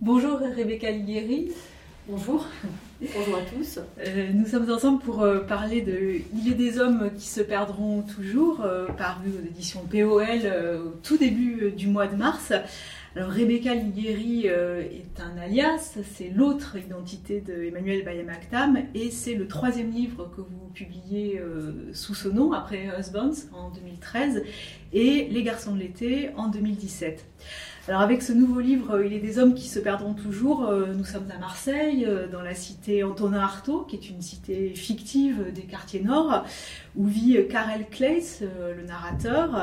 Bonjour Rebecca Liguieri. Bonjour. Bonjour à tous. Nous sommes ensemble pour parler de Il est des hommes qui se perdront toujours, paru aux éditions POL au tout début du mois de mars. Alors Rebecca Liguieri est un alias, c'est l'autre identité de Emmanuel Bayamaktam et c'est le troisième livre que vous publiez sous ce nom après Husbands en 2013 et Les garçons de l'été en 2017. Alors avec ce nouveau livre, Il est des hommes qui se perdront toujours, nous sommes à Marseille, dans la cité Antonin Artaud, qui est une cité fictive des quartiers nord, où vit Karel Kleis, le narrateur,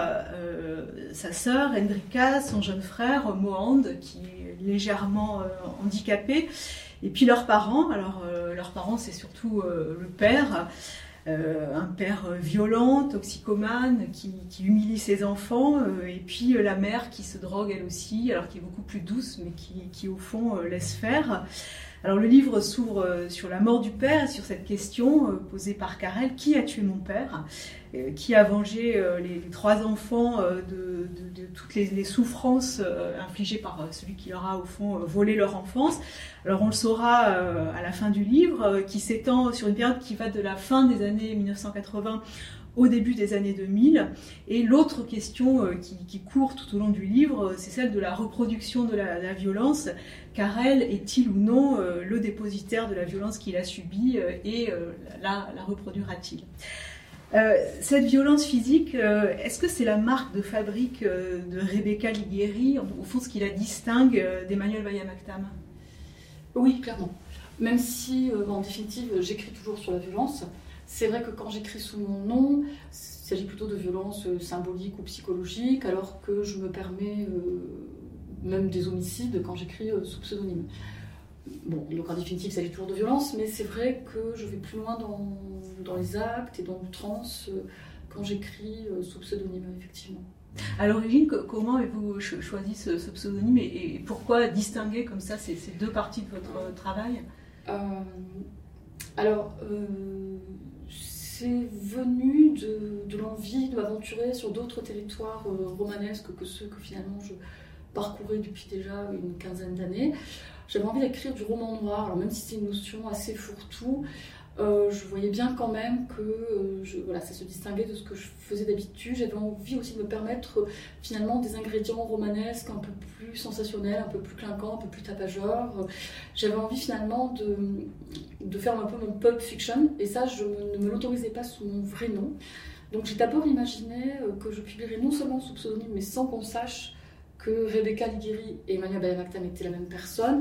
sa sœur Hendrika, son jeune frère Mohand, qui est légèrement handicapé, et puis leurs parents. Alors leurs parents, c'est surtout le père. Un père violent, toxicomane, qui humilie ses enfants, et puis la mère qui se drogue elle aussi, alors qui est beaucoup plus douce, mais qui au fond laisse faire. Alors le livre s'ouvre sur la mort du père, et sur cette question posée par Karel, qui a tué mon père ? Qui a vengé les trois enfants de toutes les souffrances infligées par celui qui leur a au fond volé leur enfance. Alors on le saura à la fin du livre, qui s'étend sur une période qui va de la fin des années 1980 au début des années 2000. Et l'autre question qui court tout au long du livre, c'est celle de la reproduction de la violence. Karel est-il ou non le dépositaire de la violence qu'il a subie et la reproduira-t-il ? Cette violence physique, est-ce que c'est la marque de fabrique de Rebecca Liguieri, au fond ce qui la distingue d'Emmanuel Bayamaktam ? Oui, clairement. Même si, en définitive, j'écris toujours sur la violence, c'est vrai que quand j'écris sous mon nom, il s'agit plutôt de violence symbolique ou psychologique, alors que je me permets même des homicides quand j'écris sous pseudonyme. Bon, donc en définitive, il s'agit toujours de violence, mais c'est vrai que je vais plus loin dans les actes et dans l'outrance quand j'écris sous pseudonyme, effectivement. À l'origine, comment avez-vous choisi ce pseudonyme et pourquoi distinguer comme ça ces deux parties de votre travail ? C'est venu de l'envie de m'aventurer sur d'autres territoires romanesques que ceux que finalement je parcourais depuis déjà une quinzaine d'années. J'avais envie d'écrire du roman noir, alors même si c'est une notion assez fourre-tout, je voyais bien quand même que ça se distinguait de ce que je faisais d'habitude. J'avais envie aussi de me permettre finalement des ingrédients romanesques un peu plus sensationnels, un peu plus clinquants, un peu plus tapageurs. J'avais envie finalement de faire un peu mon pulp fiction, et ça je ne me l'autorisais pas sous mon vrai nom. Donc j'ai d'abord imaginé que je publierais non seulement sous pseudonyme, mais sans qu'on sache que Rebecca Liguieri et Emmanuel Bayamaktam étaient la même personne.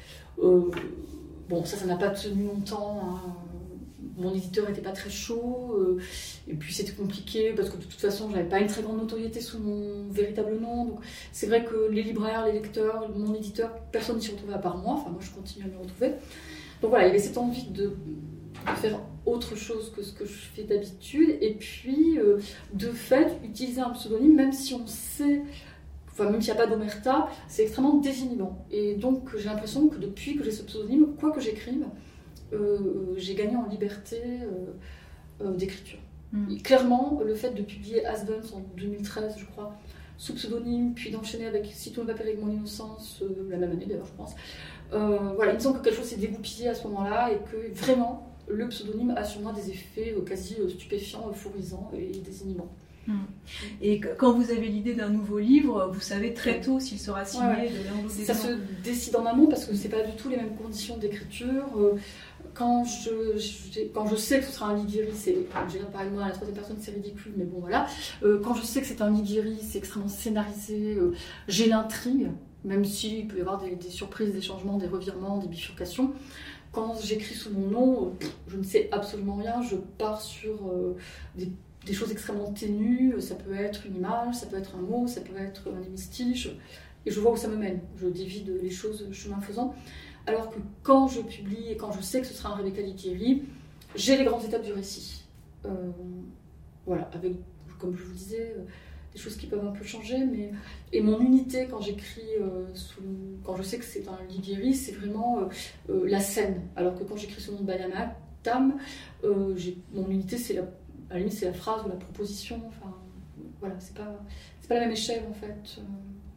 Ça n'a pas tenu longtemps, hein. Mon éditeur n'était pas très chaud, et puis c'était compliqué parce que de toute façon je n'avais pas une très grande notoriété sous mon véritable nom. Donc c'est vrai que les libraires, les lecteurs, mon éditeur, personne ne s'y retrouvait à part moi. Enfin, moi je continue à me retrouver. Donc voilà, il y avait cette envie de faire autre chose que ce que je fais d'habitude, et puis de fait utiliser un pseudonyme, même si on sait. Enfin, même s'il n'y a pas d'omerta, c'est extrêmement désinhibant. Et donc, j'ai l'impression que depuis que j'ai ce pseudonyme, quoi que j'écrive, j'ai gagné en liberté d'écriture. Clairement, le fait de publier Husbands en 2013, je crois, sous pseudonyme, puis d'enchaîner avec Si tout ne va pas avec mon innocence, la même année d'ailleurs, je pense. Il me semble que quelque chose s'est dégoupillé à ce moment-là et que vraiment, le pseudonyme a sur moi des effets quasi stupéfiants, euphorisants et désinhibants. Et quand vous avez l'idée d'un nouveau livre, vous savez très tôt s'il sera signé de l'un ou l'autre des gens. Ça se décide en amont parce que c'est pas du tout les mêmes conditions d'écriture. Quand je sais que ce sera un Liguieri, j'ai parlé de moi à la troisième personne, c'est ridicule, mais bon voilà. Quand je sais que c'est un Liguieri, c'est extrêmement scénarisé, j'ai l'intrigue, même s'il peut y avoir des surprises, des changements, des revirements, des bifurcations. Quand j'écris sous mon nom, je ne sais absolument rien, je pars sur des choses extrêmement ténues, ça peut être une image, ça peut être un mot, ça peut être un hémistiche, et je vois où ça me mène. Je divide les choses chemin faisant. Alors que quand je publie et quand je sais que ce sera un Rebecca Liguieri, j'ai les grandes étapes du récit. Avec, comme je vous disais, des choses qui peuvent un peu changer, et mon unité quand j'écris, quand je sais que c'est un Liguieri, c'est vraiment la scène. Alors que quand j'écris sous le nom de Bayamaktam, mon unité à la limite c'est la phrase ou la proposition. Enfin, voilà, c'est pas la même échelle en fait.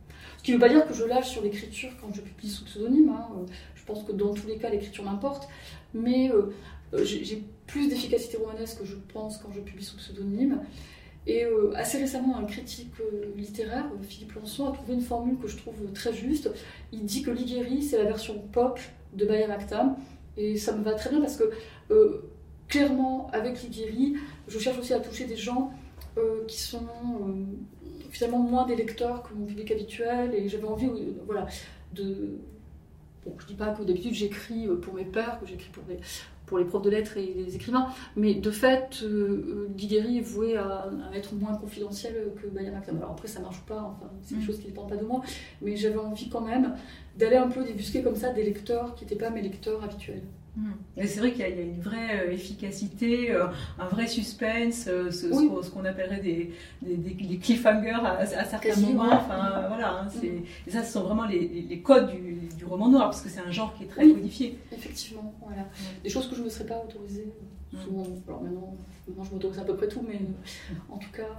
qui ne veut pas dire que je lâche sur l'écriture quand je publie sous pseudonyme. Hein. Je pense que dans tous les cas, l'écriture m'importe. Mais j'ai plus d'efficacité romanesque, je pense, quand je publie sous pseudonyme. Et assez récemment, un critique littéraire, Philippe Lançon, a trouvé une formule que je trouve très juste. Il dit que Liguori, c'est la version pop de Bayard Mactam. Et ça me va très bien parce que, clairement, avec Liguori, je cherche aussi à toucher des gens qui sont finalement moins des lecteurs que mon public habituel. Et j'avais envie voilà, de... Bon, je ne dis pas que d'habitude j'écris pour mes pairs, que j'écris pour les profs de lettres et les écrivains, mais de fait, Liguori est voué à être moins confidentiel que Bayard Mactam. Alors après, ça ne marche pas, enfin, c'est des choses qui ne dépendent pas de moi, mais j'avais envie quand même d'aller un peu débusquer comme ça des lecteurs qui n'étaient pas mes lecteurs habituels. Et c'est vrai qu'il y a une vraie efficacité, un vrai suspense, ce qu'on appellerait des cliffhangers à certains moments. Enfin, voilà, hein, et ça, ce sont vraiment les codes du roman noir, parce que c'est un genre qui est très codifié. Effectivement, voilà. Des choses que je ne me serais pas autorisée souvent. Alors maintenant, je m'autorise à peu près tout, mais en tout cas...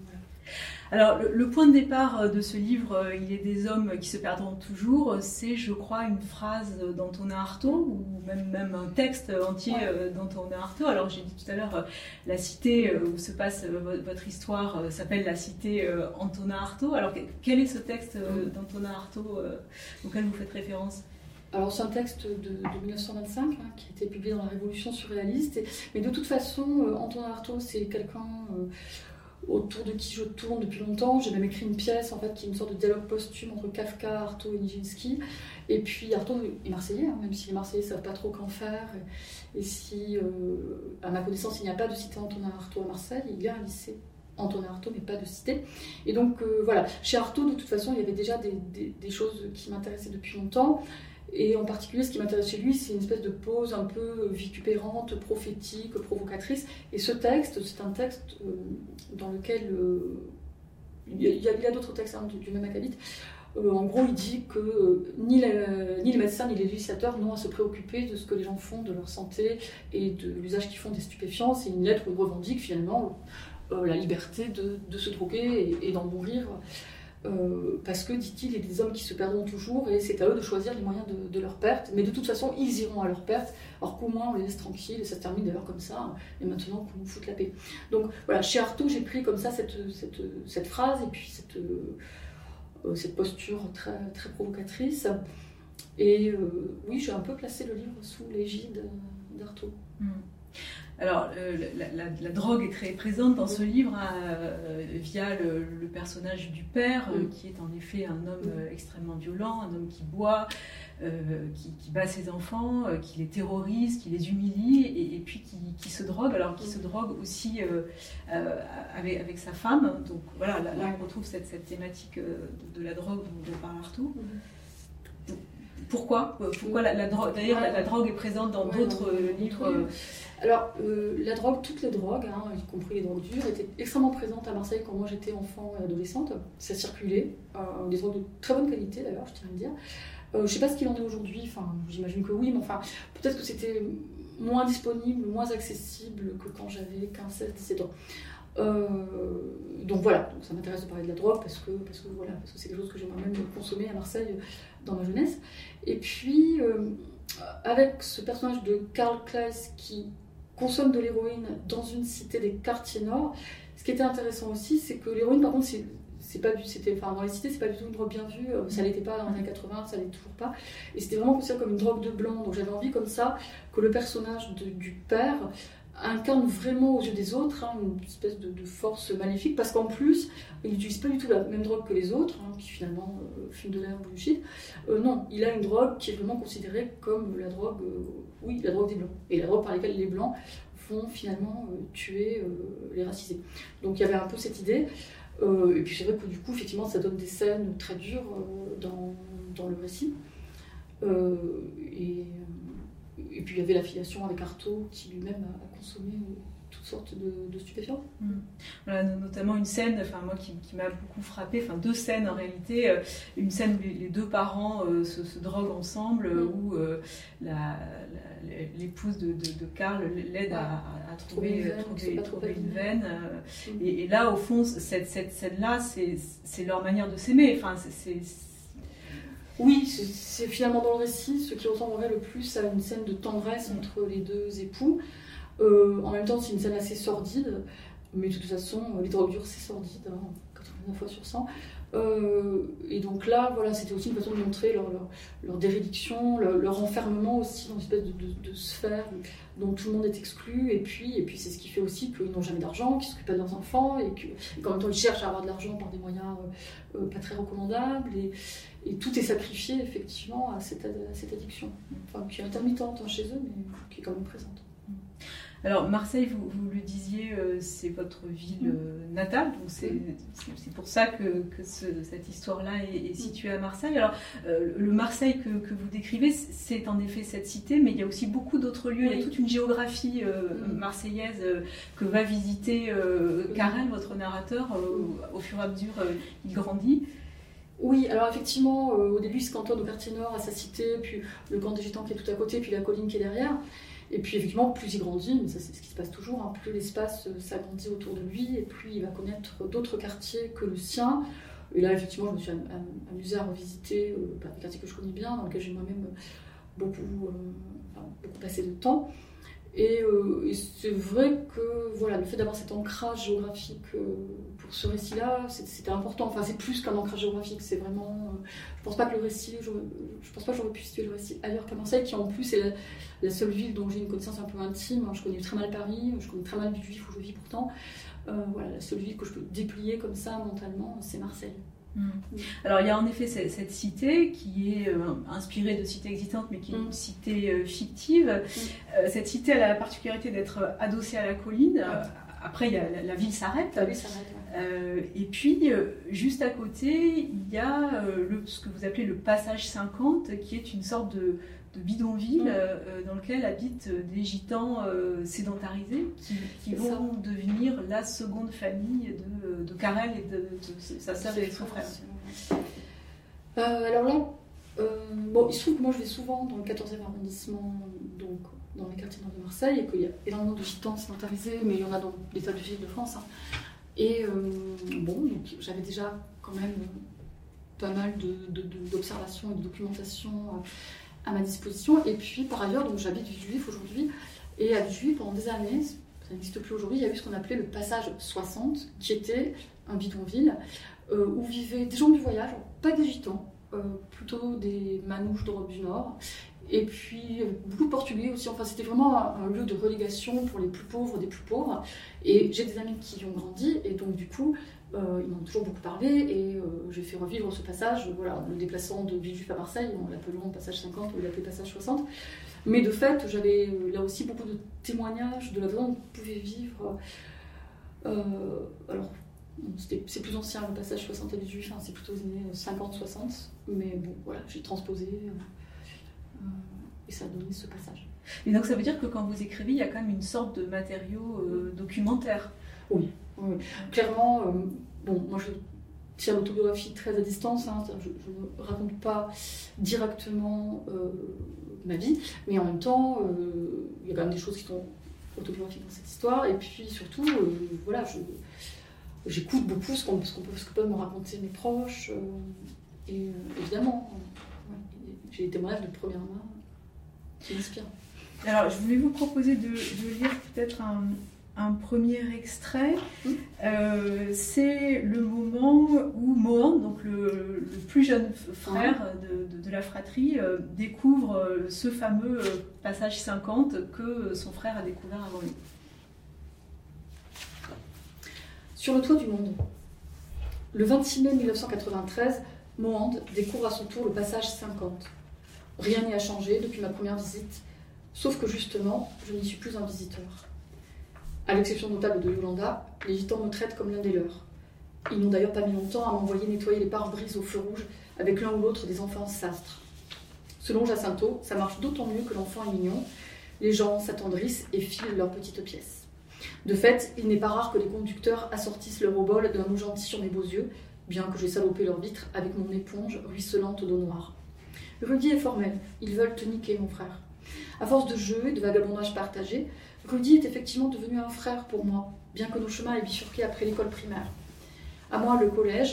Alors, le point de départ de ce livre, Il est des hommes qui se perdront toujours, c'est, je crois, une phrase d'Antonin Artaud, ou même un texte entier d'Antonin Artaud. Alors, j'ai dit tout à l'heure, la cité où se passe votre histoire s'appelle la cité Antonin Artaud. Alors, quel est ce texte d'Antonin Artaud auquel vous faites référence ? Alors c'est un texte de 1925 qui a été publié dans la Révolution surréaliste. Mais de toute façon, Antonin Artaud, c'est quelqu'un... autour de qui je tourne depuis longtemps. J'ai même écrit une pièce en fait, qui est une sorte de dialogue posthume entre Kafka, Artaud et Nijinsky. Et puis Artaud est marseillais, même si les Marseillais ne savent pas trop qu'en faire. Et si, à ma connaissance, il n'y a pas de cité Antonin Artaud à Marseille, il y a un lycée Antonin Artaud, mais pas de cité. Et donc voilà, chez Artaud, de toute façon, il y avait déjà des choses qui m'intéressaient depuis longtemps. Et en particulier, ce qui m'intéresse chez lui, c'est une espèce de pose un peu vitupérante, prophétique, provocatrice. Et ce texte, c'est un texte dans lequel il y a d'autres textes du même acabit. En gros, il dit que ni les médecins ni les législateurs n'ont à se préoccuper de ce que les gens font de leur santé et de l'usage qu'ils font des stupéfiants. C'est une lettre où il revendique finalement la liberté de se droguer et d'en mourir. Parce que, dit-il, il y a des hommes qui se perdront toujours et c'est à eux de choisir les moyens de leur perte. Mais de toute façon, ils iront à leur perte, alors qu'au moins on les laisse tranquilles et ça se termine d'ailleurs comme ça. Et maintenant qu'on nous foute la paix. Donc voilà, chez Artaud, j'ai pris comme ça cette phrase et puis cette posture très, très provocatrice. Et oui, j'ai un peu placé le livre sous l'égide d'Artaud. Alors, la drogue est très présente dans ce livre via le personnage du père, qui est en effet un homme extrêmement violent, un homme qui boit, qui bat ses enfants, qui les terrorise, qui les humilie, et puis qui se drogue, alors qui se drogue aussi avec sa femme. Donc voilà, là on retrouve cette thématique de la drogue dont parle Artaud. Pourquoi la drogue, d'ailleurs, la drogue est présente dans d'autres livres. Alors, la drogue, toutes les drogues, y compris les drogues dures, étaient extrêmement présentes à Marseille quand moi j'étais enfant et adolescente. Ça circulait, des drogues de très bonne qualité d'ailleurs, je tiens à le dire. Je ne sais pas ce qu'il en est aujourd'hui, enfin, j'imagine que oui, mais enfin, peut-être que c'était moins disponible, moins accessible que quand j'avais 15, 16, 17 ans. Donc voilà, donc ça m'intéresse de parler de la drogue parce que c'est quelque chose que j'aimerais même consommer à Marseille dans ma jeunesse. Et puis, avec ce personnage de Karl Kleiss qui consomme de l'héroïne dans une cité des quartiers nord, ce qui était intéressant aussi, c'est que l'héroïne, par contre, dans les cités, c'est pas du tout une drogue bien vue, ça l'était pas dans les années 80, ça l'est toujours pas, et c'était vraiment considéré comme une drogue de blanc. Donc j'avais envie comme ça que le personnage du père incarne vraiment aux yeux des autres une espèce de force maléfique, parce qu'en plus il n'utilise pas du tout la même drogue que les autres, qui finalement fument de l'herbe ou du shit. Non, il a une drogue qui est vraiment considérée comme la drogue des blancs, et la drogue par laquelle les blancs vont finalement tuer les racisés. Donc il y avait un peu cette idée, et puis c'est vrai que du coup effectivement ça donne des scènes très dures dans le récit. Et puis il y avait l'affiliation avec Artaud qui lui-même a consommé toutes sortes de stupéfiants. Voilà, notamment une scène, moi qui m'a beaucoup frappée, deux scènes en réalité. Une scène où les deux parents se droguent ensemble, où l'épouse de Karl l'aide à trouver une veine. Et là, au fond, cette scène-là, c'est leur manière de s'aimer. Oui, c'est finalement dans le récit ce qui ressemblerait le plus à une scène de tendresse entre les deux époux. En même temps, c'est une scène assez sordide, mais de toute façon, les drogues dures, c'est sordide, 89 fois sur 100. Et donc là, voilà, c'était aussi une façon de montrer leur dérédiction, leur enfermement aussi dans une espèce de sphère dont tout le monde est exclu. Et puis c'est ce qui fait aussi qu'ils n'ont jamais d'argent, qu'ils ne s'occupent pas de leurs enfants, et qu'en même temps, ils cherchent à avoir de l'argent par des moyens pas très recommandables. Et tout est sacrifié, effectivement, à cette addiction, enfin, qui est intermittente chez eux, mais qui est quand même présente. Alors Marseille, vous le disiez, c'est votre ville natale, donc c'est pour ça que cette histoire-là est située à Marseille. Alors le Marseille que vous décrivez, c'est en effet cette cité, mais il y a aussi beaucoup d'autres lieux, il y a toute une géographie marseillaise que va visiter Carrel, votre narrateur, au fur et à mesure il grandit. Oui, alors effectivement, au début il se cantonne au quartier nord, à sa cité, puis le camp des Gitans qui est tout à côté, puis la colline qui est derrière. Et puis effectivement, plus il grandit, mais ça c'est ce qui se passe toujours, hein, plus l'espace s'agrandit autour de lui, et plus il va connaître d'autres quartiers que le sien. Et là, effectivement, je me suis amusée à revisiter des quartiers que je connais bien, dans lesquels j'ai moi-même beaucoup passé de temps. Et c'est vrai que voilà, le fait d'avoir cet ancrage géographique pour ce récit-là, c'était important. Enfin, c'est plus qu'un ancrage géographique, c'est vraiment... je pense pas que j'aurais pu situer le récit ailleurs qu'à Marseille, qui en plus est la seule ville dont j'ai une connaissance un peu intime. Je connais très mal Paris, je connais très mal Villejuif où je vis pourtant. Voilà, la seule ville que je peux déplier comme ça mentalement, c'est Marseille. Alors il y a en effet cette cité qui est inspirée de cités existantes mais qui est une cité fictive. Cette cité elle a la particularité d'être adossée à la colline. Après la ville s'arrête. La ville s'arrête, ouais. Et puis juste à côté il y a ce que vous appelez le passage 50 qui est une sorte de bidonville dans lequel habitent des gitans sédentarisés qui vont devenir la seconde famille de Carrel et de sa sœur et de son frère. Alors là, il se trouve que moi je vais souvent dans le 14e arrondissement, donc dans les quartiers nord de Marseille, et qu'il y a énormément de gitans sédentarisés, mais il y en a dans des tas de villes de France. Hein. Et donc j'avais déjà quand même pas mal d'observations et de documentation à ma disposition. Et puis par ailleurs, donc j'habite Villejuif aujourd'hui, et à Villejuif pendant des années, ça n'existe plus aujourd'hui, il y a eu ce qu'on appelait le passage 60, qui était un bidonville où vivaient des gens du voyage, pas des gitans, plutôt des manouches d'Europe du Nord, et puis beaucoup de Portugais aussi. Enfin, c'était vraiment un lieu de relégation pour les plus pauvres des plus pauvres. Et j'ai des amis qui y ont grandi, et donc du coup, ils m'ont toujours beaucoup parlé, et j'ai fait revivre ce passage, voilà, en le déplaçant de Villejuif à Marseille, on l'appelait passage 50 ou l'appelait passage 60. Mais de fait, j'avais là aussi beaucoup de témoignages de la façon dont on pouvait vivre. Alors, c'est plus ancien, le passage 60 à Villejuif, hein, c'est plutôt les années 50-60, mais bon, voilà, j'ai transposé, et ça a donné ce passage. Et donc ça veut dire que quand vous écrivez, il y a quand même une sorte de matériau documentaire. Oui. Clairement, moi je tiens l'autobiographie très à distance, hein, je ne raconte pas directement ma vie, mais en même temps, il y a quand même des choses qui sont autobiographiques dans cette histoire, et puis surtout, voilà, j'écoute beaucoup ce que peuvent me raconter mes proches, et évidemment, j'ai des témoignages de première main qui m'inspirent. Alors, je voulais vous proposer de lire peut-être un premier extrait. C'est le moment où Mohand, donc le plus jeune frère de la fratrie, découvre ce fameux passage 50 que son frère a découvert avant lui. Sur le toit du monde, le 26 mai 1993, Mohand découvre à son tour le passage 50. Rien n'y a changé depuis ma première visite, sauf que justement, je n'y suis plus un visiteur. À l'exception notable de Yolanda, les gitans me traitent comme l'un des leurs. Ils n'ont d'ailleurs pas mis longtemps à m'envoyer nettoyer les pare-brises au feu rouge avec l'un ou l'autre des enfants sastres. Selon Jacinto, ça marche d'autant mieux que l'enfant est mignon. Les gens s'attendrissent et filent leurs petites pièces. De fait, il n'est pas rare que les conducteurs assortissent leur obole d'un mot gentil sur mes beaux yeux, bien que j'ai salopé leurs vitres avec mon éponge ruisselante d'eau noire. Rudy est formel, ils veulent te niquer, mon frère. À force de jeux et de vagabondage partagé, Rudy est effectivement devenu un frère pour moi, bien que nos chemins aient bifurqué après l'école primaire. À moi le collège,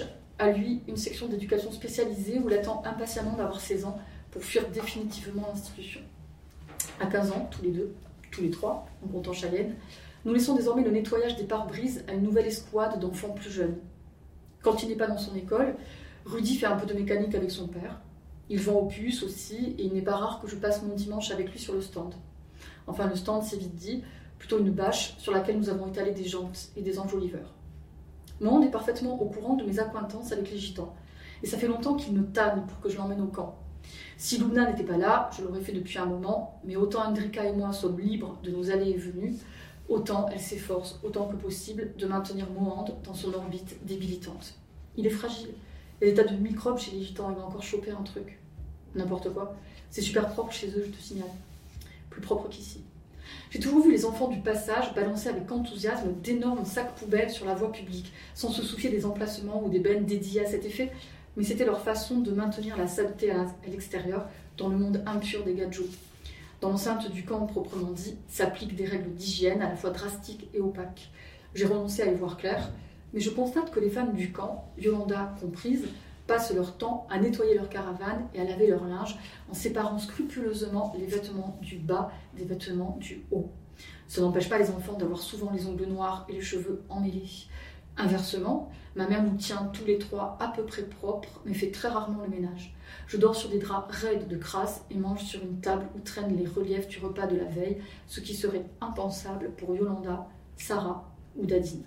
à lui une section d'éducation spécialisée où il attend impatiemment d'avoir 16 ans pour fuir définitivement l'institution. À 15 ans, tous les trois, en comptant Cheyenne, nous laissons désormais le nettoyage des pare-brises à une nouvelle escouade d'enfants plus jeunes. Quand il n'est pas dans son école, Rudy fait un peu de mécanique avec son père. Il vend aux puces aussi, et il n'est pas rare que je passe mon dimanche avec lui sur le stand. Enfin, le stand, c'est vite dit, plutôt une bâche sur laquelle nous avons étalé des jantes et des enjoliveurs. Monde est parfaitement au courant de mes accointances avec les gitans, et ça fait longtemps qu'il me tanne pour que je l'emmène au camp. Si Lubna n'était pas là, je l'aurais fait depuis un moment, mais autant Hendrika et moi sommes libres de nos allées et venues, autant elle s'efforce, autant que possible, de maintenir Mohand dans son orbite débilitante. Il est fragile. Il y a des tas de microbes chez les gitans, il va encore choper un truc. N'importe quoi. C'est super propre chez eux, je te signale. Plus propre qu'ici. J'ai toujours vu les enfants du passage balancer avec enthousiasme d'énormes sacs poubelles sur la voie publique, sans se soucier des emplacements ou des bennes dédiées à cet effet, mais c'était leur façon de maintenir la saleté à l'extérieur, dans le monde impur des gadgets. Dans l'enceinte du camp proprement dit, s'appliquent des règles d'hygiène à la fois drastiques et opaques. J'ai renoncé à y voir clair, mais je constate que les femmes du camp, Yolanda comprise, passent leur temps à nettoyer leur caravane et à laver leur linge en séparant scrupuleusement les vêtements du bas des vêtements du haut. Ça n'empêche pas les enfants d'avoir souvent les ongles noirs et les cheveux emmêlés. Inversement, ma mère nous tient tous les trois à peu près propres, mais fait très rarement le ménage. Je dors sur des draps raides de crasse et mange sur une table où traînent les reliefs du repas de la veille, ce qui serait impensable pour Yolanda, Sarah ou Dadine.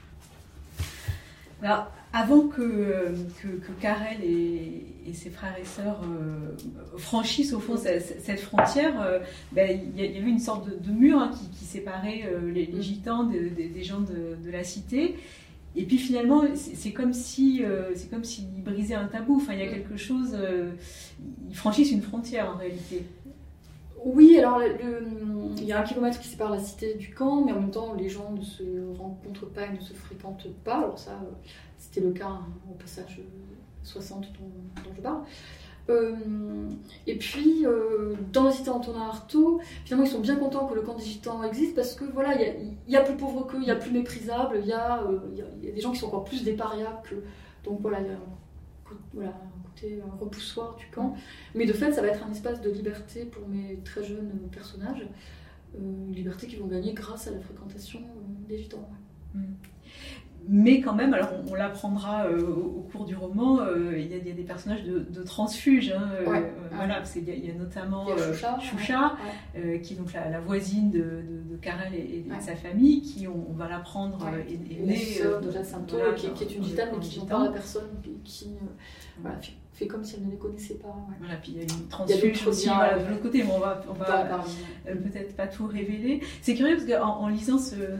Alors, avant que Karel et ses frères et sœurs franchissent au fond cette frontière, il y avait une sorte de mur qui séparait les gitans des gens de la cité. Et puis finalement, c'est comme s'ils brisaient un tabou. Enfin, il y a quelque chose. Ils franchissent une frontière en réalité. Oui, alors il y a 1 kilomètre qui sépare la cité du camp, mais en même temps, les gens ne se rencontrent pas et ne se fréquentent pas. Alors ça, c'était le cas au passage 60 dont je parle. Et puis, dans la cité Antonin Artaud, finalement, ils sont bien contents que le camp des gitans existe parce que voilà, il y a plus pauvre qu'eux, il y a plus méprisable, il y a des gens qui sont encore plus des parias que. Donc voilà, il y a un côté repoussoir du camp. Mais de fait, ça va être un espace de liberté pour mes très jeunes personnages, une liberté qu'ils vont gagner grâce à la fréquentation des gitans. Ouais. Mais quand même, alors on l'apprendra au cours du roman, il y a des personnages de transfuges. Voilà, parce qu'il y a notamment Choucha, qui est donc la voisine de Karel et de sa famille, qui, on va l'apprendre, est née de Jacinto, qui est une gitane, mais qui n'en parle à personne, qui fait comme si elle ne les connaissait pas. Ouais. Voilà, puis il y a une transfuge aussi de l'autre côté, mais on va peut-être pas tout révéler. C'est curieux parce qu'en lisant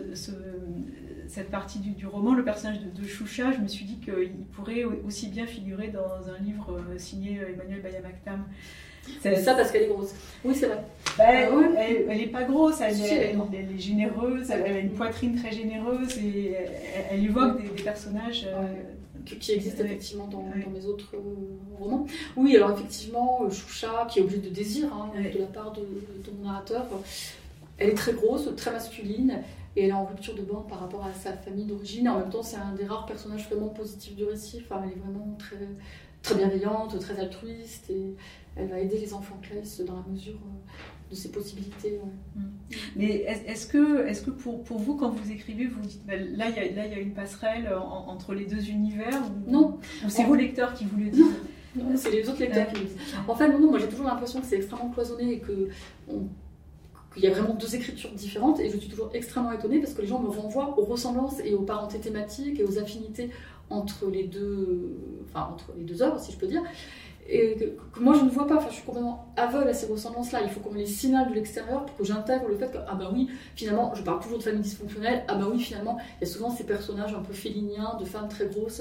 cette partie du roman, le personnage de Choucha, je me suis dit qu'il pourrait aussi bien figurer dans un livre signé Emmanuel Bayamaktam. Ça parce qu'elle est grosse. Oui, c'est vrai. Elle est pas grosse, elle est généreuse, elle a une poitrine très généreuse et elle évoque des personnages qui existent effectivement dans mes autres romans. Oui, alors effectivement, Choucha, qui est objet de désir de la part de mon narrateur, elle est très grosse, très masculine. Et elle est en rupture de banc par rapport à sa famille d'origine. Et en même temps, c'est un des rares personnages vraiment positifs du récit. Enfin, elle est vraiment très, très bienveillante, très altruiste. Et elle va aider les enfants Claes dans la mesure de ses possibilités. Ouais. Mais est-ce que pour vous, quand vous écrivez, vous dites là, il y a une passerelle entre les deux univers Non. Ou c'est vos lecteurs qui vous le disent? Non, c'est les autres lecteurs qui le disent. En fait, non, moi j'ai toujours l'impression que c'est extrêmement cloisonné et qu'il y a vraiment deux écritures différentes, et je suis toujours extrêmement étonnée parce que les gens me renvoient aux ressemblances et aux parentés thématiques et aux affinités entre les deux œuvres, si je peux dire, et que moi je ne vois pas. Enfin, je suis complètement aveugle à ces ressemblances-là. Il faut qu'on me les signale de l'extérieur pour que j'intègre le fait que, ah bah oui, finalement, je parle toujours de famille dysfonctionnelle, ah bah oui, finalement, il y a souvent ces personnages un peu féliniens, de femmes très grosses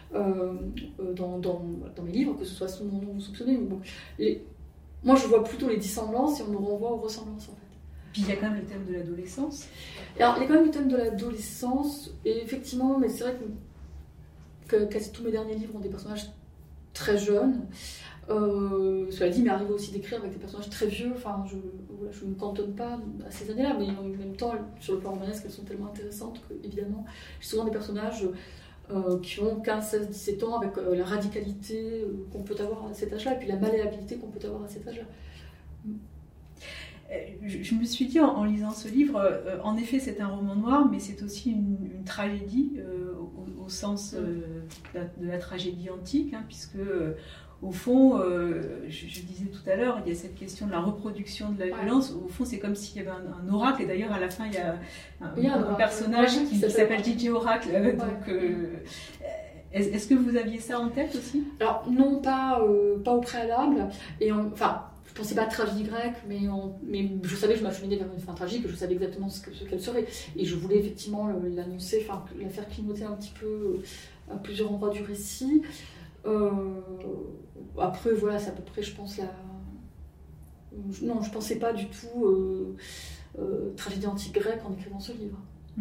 dans mes livres, que ce soit sous mon nom ou soupçonné. Mais bon, moi je vois plutôt les dissemblances et on me renvoie aux ressemblances en fait. Puis il y a quand même le thème de l'adolescence. Alors, il y a quand même le thème de l'adolescence, et effectivement, mais c'est vrai que quasi tous mes derniers livres ont des personnages très jeunes. Cela dit, il m'est arrivé aussi d'écrire avec des personnages très vieux. Enfin, je ne me cantonne pas à ces années-là, mais en même temps, sur le plan romanesque, elles sont tellement intéressantes que, évidemment, j'ai souvent des personnages qui ont 15, 16, 17 ans, avec la radicalité qu'on peut avoir à cet âge-là, et puis la malléabilité qu'on peut avoir à cet âge-là. Je me suis dit en lisant ce livre, en effet c'est un roman noir, mais c'est aussi une tragédie au sens de la tragédie antique, hein, puisque au fond, je disais tout à l'heure, il y a cette question de la reproduction de la violence. Au fond, c'est comme s'il y avait un oracle, et d'ailleurs à la fin il y a un personnage qui s'appelle DJ Oracle. Donc, est-ce que vous aviez ça en tête aussi? Alors non, pas au préalable, je pensais pas à tragédie grecque, mais je savais que je m'acheminais vers une fin tragique, je savais exactement ce qu'elle serait. Et je voulais effectivement l'annoncer, la faire clignoter un petit peu à plusieurs endroits du récit. Après, voilà, c'est à peu près, je pense, non, je pensais pas du tout tragédie antique grecque en écrivant ce livre.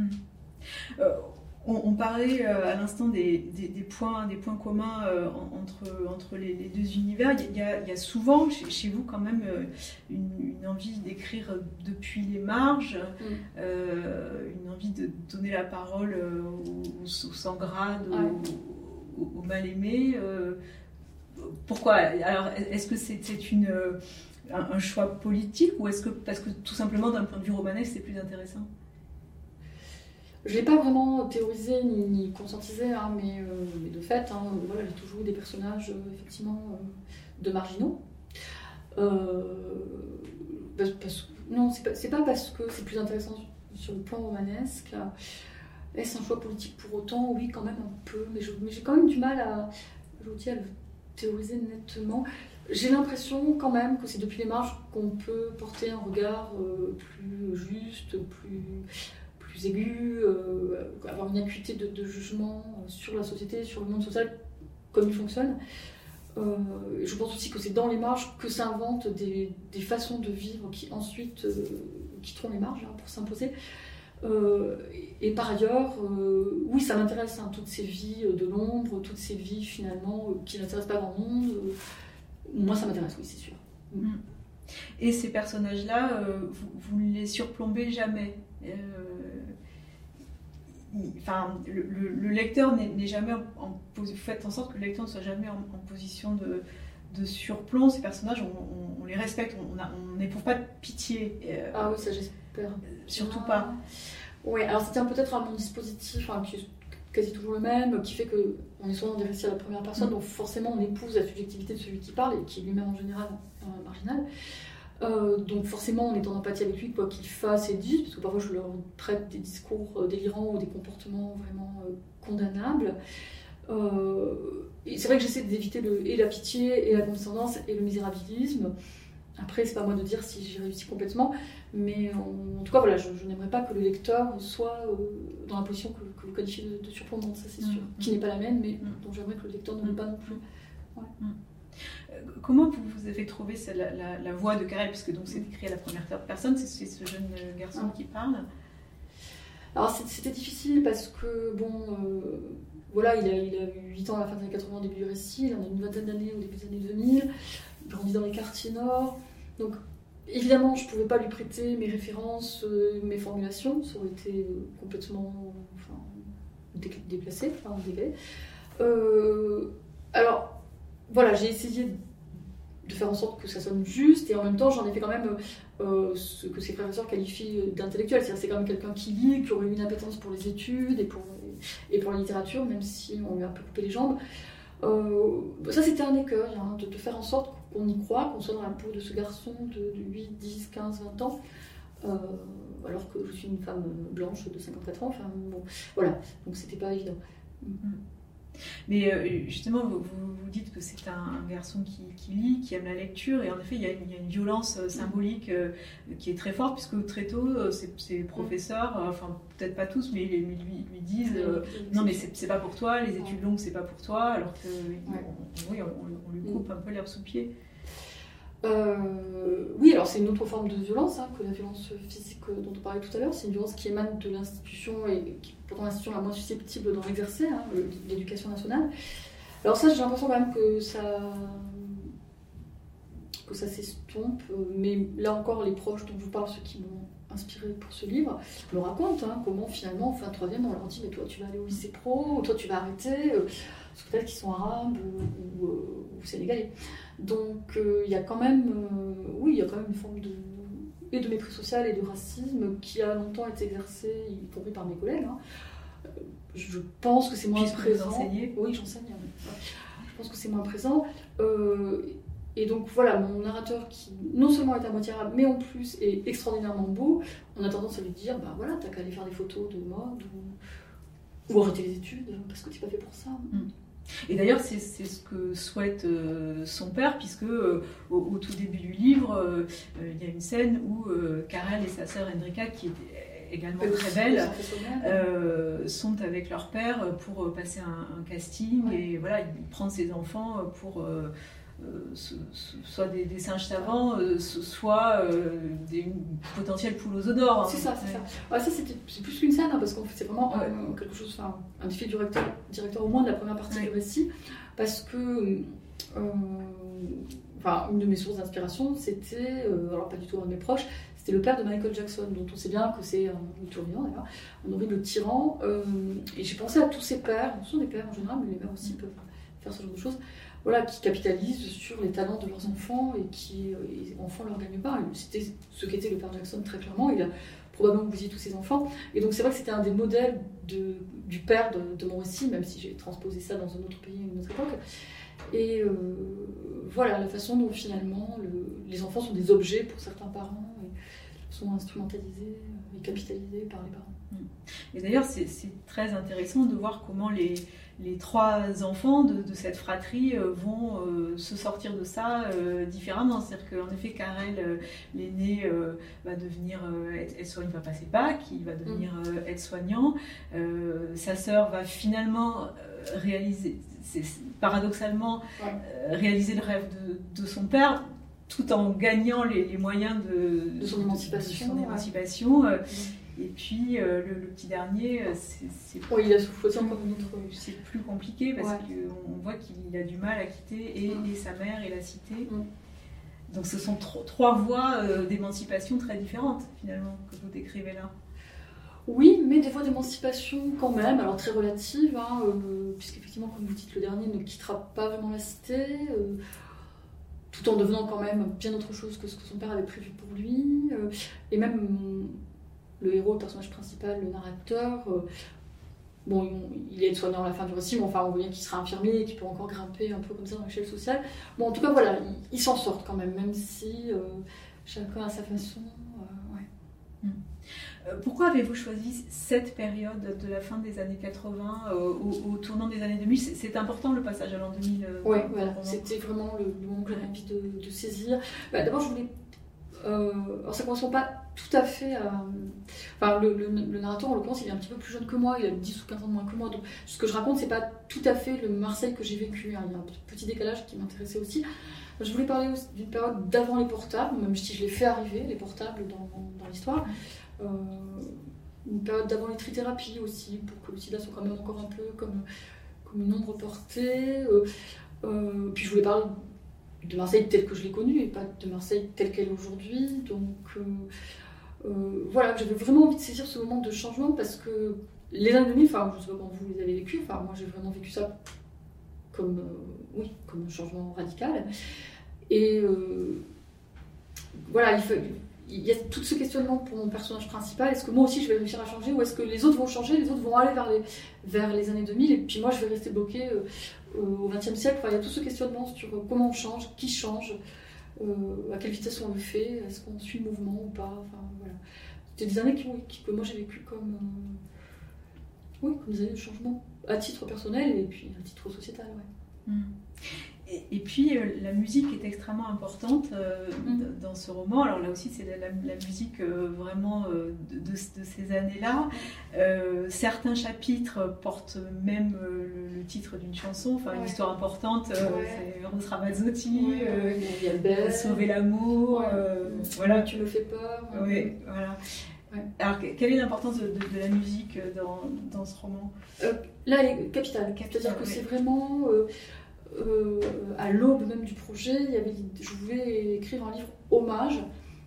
On parlait à l'instant des points communs entre les deux univers. Il y a souvent chez vous quand même une envie d'écrire depuis les marges, une envie de donner la parole aux sans grade, aux mal aimés. Pourquoi? Alors, est-ce que c'est un choix politique, ou est-ce que parce que tout simplement d'un point de vue romanesque c'est plus intéressant? Je ne l'ai pas vraiment théorisé ni conscientisé, hein, mais de fait, hein, voilà, j'ai toujours eu des personnages effectivement de marginaux. Non, c'est pas parce que c'est plus intéressant sur le plan romanesque. Est-ce un choix politique pour autant? Oui, quand même un peu, mais j'ai quand même du mal à le théoriser nettement. J'ai l'impression quand même que c'est depuis les marges qu'on peut porter un regard plus juste, plus aigu, avoir une acuité de jugement sur la société, sur le monde social, comme il fonctionne. Je pense aussi que c'est dans les marges que s'inventent des façons de vivre qui ensuite quitteront les marges, hein, pour s'imposer. Et par ailleurs, oui, ça m'intéresse, hein, toutes ces vies de l'ombre, toutes ces vies finalement qui n'intéressent pas grand monde. Moi, ça m'intéresse, oui, c'est sûr. Et ces personnages-là, vous ne les surplombez jamais. Le lecteur n'est jamais vous faites en sorte que le lecteur ne soit jamais en position de surplomb. Ces personnages, on les respecte, on n'éprouve pas de pitié. Ah oui, ça j'espère. Surtout pas. Oui, alors c'était peut-être un mon dispositif, hein, qui est quasi toujours le même, qui fait qu'on est souvent dans des récits à la première personne, donc forcément on épouse la subjectivité de celui qui parle, et qui est lui-même en général marginal. Donc forcément on est en empathie avec lui, quoi qu'il fasse et dise, parce que parfois je leur prête des discours délirants ou des comportements vraiment condamnables. Et c'est vrai que j'essaie d'éviter et la pitié, et la condescendance, et le misérabilisme. Après, c'est pas à moi de dire si j'ai réussi complètement, mais en tout cas, voilà, je n'aimerais pas que le lecteur soit dans la position que vous qualifiez de surplombante, ça c'est sûr, qui n'est pas la mienne, mais dont j'aimerais que le lecteur ne l'ait pas non plus. Ouais. Comment vous avez trouvé la voix de Karel, puisque donc c'est écrit à la première personne, c'est ce jeune garçon qui parle? Alors c'était difficile parce que, voilà, il a eu 8 ans à la fin des années 80 au début du récit, il en a une vingtaine d'années au début des années 2000, il grandit dans les quartiers nord, donc évidemment je ne pouvais pas lui prêter mes références, mes formulations, ça aurait été complètement déplacé, décalé. Alors voilà, j'ai essayé de faire en sorte que ça sonne juste, et en même temps j'en ai fait quand même ce que ses frères et sœurs qualifient d'intellectuel, c'est-à-dire c'est quand même quelqu'un qui lit, qui aurait eu une appétence pour les études et pour la littérature, même si on lui a un peu coupé les jambes. Ça c'était un écueil, hein, de faire en sorte qu'on y croit, qu'on soit dans la peau de ce garçon de 8, 10, 15, 20 ans, alors que je suis une femme blanche de 54 ans, enfin bon, voilà, donc c'était pas évident. Mais justement, vous dites que c'est un garçon qui lit, qui aime la lecture, et en effet, il y a une violence symbolique qui est très forte, puisque très tôt, ses professeurs, enfin peut-être pas tous, mais lui disent non mais c'est pas pour toi, les études longues c'est pas pour toi, alors que on lui coupe un peu l'herbe sous le pied. Oui, alors c'est une autre forme de violence, hein, que la violence physique dont on parlait tout à l'heure. C'est une violence qui émane de l'institution, et qui est pourtant l'institution la moins susceptible d'en exercer, hein, l'éducation nationale. Alors ça, j'ai l'impression quand même que ça s'estompe, mais là encore, les proches dont je vous parle, ceux qui m'ont inspiré pour ce livre, me raconte comment finalement, en fin de troisième, on leur dit mais toi tu vas aller au lycée pro, ou toi tu vas arrêter, parce que peut-être qu'ils sont arabes ou sénégalais. Donc il y a quand même, il y a quand même une forme de mépris social et de racisme qui a longtemps été exercé, y compris par mes collègues. Je pense que c'est moins présent. Vous enseignez ? Oui, j'enseigne. Je pense que c'est moins présent. Et donc voilà, mon narrateur qui non seulement est à moitié arabe, mais en plus est extraordinairement beau, on a tendance à lui dire, bah voilà, t'as qu'à aller faire des photos de mode ou arrêter les études, parce que t'es pas fait pour ça. Et d'ailleurs, c'est ce que souhaite son père, puisque au tout début du livre, il y a une scène où Karel et sa sœur Hendrika, qui est également très belle, sont avec leur père pour passer un casting, et voilà, il prend ses enfants pour soit des singes savants, soit des potentielles poules aux œufs d'or. C'est ça, c'est ça. Ah, ça c'est plus qu'une scène, parce qu'en fait c'est vraiment quelque chose, un défi du directeur au moins de la première partie du récit, parce que une de mes sources d'inspiration, c'était, alors pas du tout un de mes proches, c'était le père de Michael Jackson, dont on sait bien que c'est un tourbillon d'ailleurs, un horrible tyran, et j'ai pensé à tous ces pères, ce sont des pères en général, mais les mères aussi peuvent faire ce genre de choses, voilà, qui capitalisent sur les talents de leurs enfants et qui en font leur gagne-pain. C'était ce qu'était le père Jackson très clairement, il a probablement bousillé tous ses enfants, et donc c'est vrai que c'était un des modèles du père de mon récit, même si j'ai transposé ça dans un autre pays, une autre époque. Et voilà, la façon dont finalement les enfants sont des objets pour certains parents et sont instrumentalisés et capitalisés par les parents. Et d'ailleurs, c'est très intéressant de voir comment les trois enfants de cette fratrie vont se sortir de ça différemment. C'est-à-dire qu'en effet, Karel, l'aîné, va devenir aide-soignant, il va passer bac, il va devenir aide-soignant. Sa sœur va finalement réaliser, paradoxalement, réaliser le rêve de son père, tout en gagnant les moyens de son émancipation. Et puis le petit dernier, il a souffert aussi encore une autre. C'est plus compliqué parce qu'on voit qu'il a du mal à quitter et sa mère et la cité. Donc ce sont trois voies d'émancipation très différentes finalement que vous décrivez là. Oui, mais des voies d'émancipation quand même, alors très relatives, puisqu'effectivement, comme vous dites, le dernier ne quittera pas vraiment la cité, tout en devenant quand même bien autre chose que ce que son père avait prévu pour lui, et même le héros, le personnage principal, le narrateur, il est aide-soignant à la fin du récit, mais enfin on voit bien qu'il sera infirmier et qu'il peut encore grimper un peu comme ça dans l'échelle sociale. Bon, en tout cas, voilà, ils s'en sortent quand même si chacun à sa façon. Pourquoi avez-vous choisi cette période de la fin des années 80 au tournant des années 2000 ? C'est important le passage à l'an 2000 Oui, voilà, c'était vraiment le moment que j'avais envie de saisir. D'abord, je voulais... alors ça ne correspond pas tout à fait à... Enfin, le narrateur, en l'occurrence, il est un petit peu plus jeune que moi, il a 10 ou 15 ans de moins que moi, donc ce que je raconte, c'est pas tout à fait le Marseille que j'ai vécu, il y a un petit décalage qui m'intéressait aussi. Je voulais parler aussi d'une période d'avant les portables, même si je les fais arriver, les portables, dans l'histoire. Une période d'avant les trithérapies aussi, pour que le sida soit quand même encore un peu comme une ombre portée. Puis je voulais parler de Marseille telle que je l'ai connue et pas de Marseille telle qu'elle est aujourd'hui. Donc voilà, j'avais vraiment envie de saisir ce moment de changement parce que les années 2000, je ne sais pas comment vous les avez vécues, moi j'ai vraiment vécu ça comme un changement radical. Et voilà, il y a tout ce questionnement pour mon personnage principal. Est-ce que moi aussi je vais réussir à changer ou est-ce que les autres vont changer, les autres vont aller vers les années 2000 et puis moi je vais rester bloquée au XXe siècle. Il y a tout ce questionnement sur comment on change, qui change, à quelle vitesse on le fait, est-ce qu'on suit le mouvement ou pas. Voilà. C'était des années que moi j'ai vécu comme des années de changement à titre personnel et puis à titre sociétal. Et puis la musique est extrêmement importante dans ce roman. Alors là aussi c'est la musique vraiment de ces années-là. Certains chapitres portent même le titre d'une chanson, une histoire importante. C'est Rose Ramazzotti, Sauver l'amour. Voilà, tu me fais peur. Voilà. Alors, quelle est l'importance de la musique dans ce roman ? Là, elle est capitale. C'est-à-dire que c'est vraiment... à l'aube même du projet, je voulais écrire un livre hommage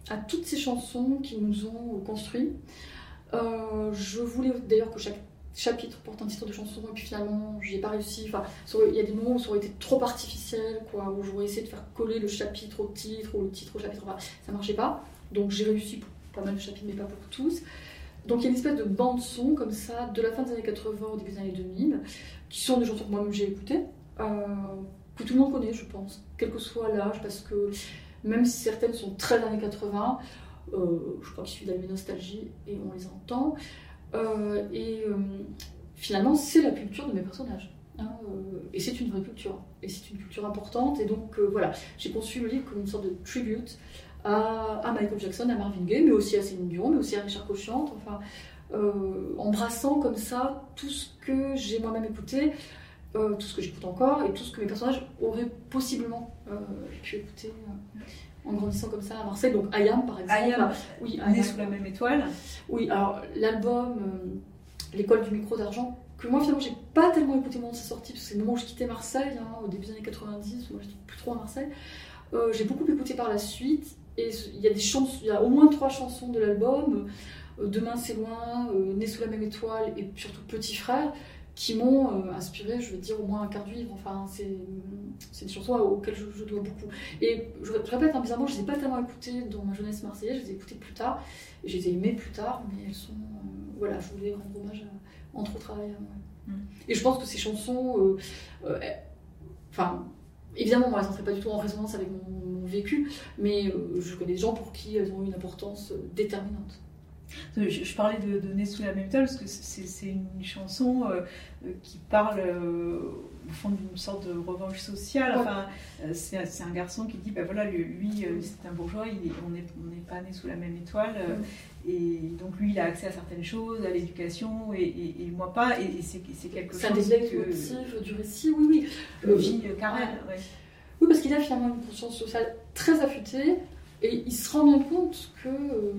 à toutes ces chansons qui nous ont construits. Je voulais d'ailleurs que chaque chapitre porte un titre de chanson, et puis finalement, j'y ai pas réussi. Enfin, il y a des moments où ça aurait été trop artificiel, quoi, où j'aurais essayé de faire coller le chapitre au titre, ou le titre au chapitre. Enfin, ça marchait pas. Donc j'ai réussi pour pas mal de chapitres, mais pas pour tous. Donc il y a une espèce de bande-son comme ça, de la fin des années 80 au début des années 2000, qui sont des chansons que moi-même j'ai écoutées, que tout le monde connaît, je pense, quel que soit l'âge, parce que même si certaines sont très années 80, je crois qu'il suffit d'allumer Nostalgie et on les entend. Finalement, c'est la culture de mes personnages. Hein, et c'est une vraie culture. Et c'est une culture importante. Et donc, voilà, j'ai conçu le livre comme une sorte de tribute à Michael Jackson, à Marvin Gaye, mais aussi à Céline Dion, mais aussi à Richard Cochiante. Enfin, embrassant comme ça tout ce que j'ai moi-même écouté, tout ce que j'écoute encore, et tout ce que mes personnages auraient possiblement pu écouter en grandissant comme ça à Marseille. Donc Ayam, par exemple. Ayam, oui, Né sous la même étoile. Oui, alors l'album L'école du micro d'argent, que moi finalement j'ai pas tellement écouté au moment de sa sortie, parce que c'est le moment où je quittais Marseille, au début des années 90, où moi j'étais plus trop à Marseille. J'ai beaucoup écouté par la suite, et il y a au moins 3 chansons de l'album, Demain c'est loin, Né sous la même étoile, et surtout Petit frère, qui m'ont inspiré, je vais dire, au moins un quart du livre. Enfin, c'est des chansons auxquelles je dois beaucoup. Et je répète, bizarrement, je ne les ai pas tellement écoutées dans ma jeunesse marseillaise, je les ai écoutées plus tard, et je les ai aimées plus tard, mais elles sont... voilà, je voulais rendre hommage entre autres à moi. Et je pense que ces chansons... évidemment, moi, elles n'entraient pas du tout en résonance avec mon vécu, mais je connais des gens pour qui elles ont eu une importance déterminante. Je parlais de Né sous la même étoile parce que c'est une chanson qui parle au fond d'une sorte de revanche sociale. Ouais. Enfin, c'est un garçon qui dit voilà, lui c'est un bourgeois, on n'est pas né sous la même étoile, et donc lui il a accès à certaines choses, à l'éducation, et moi pas, et c'est quelque chose. C'est un des leitmotifs du récit, oui. Le vit Carrel, ouais. Oui, parce qu'il a finalement une conscience sociale très affûtée, et il se rend bien compte que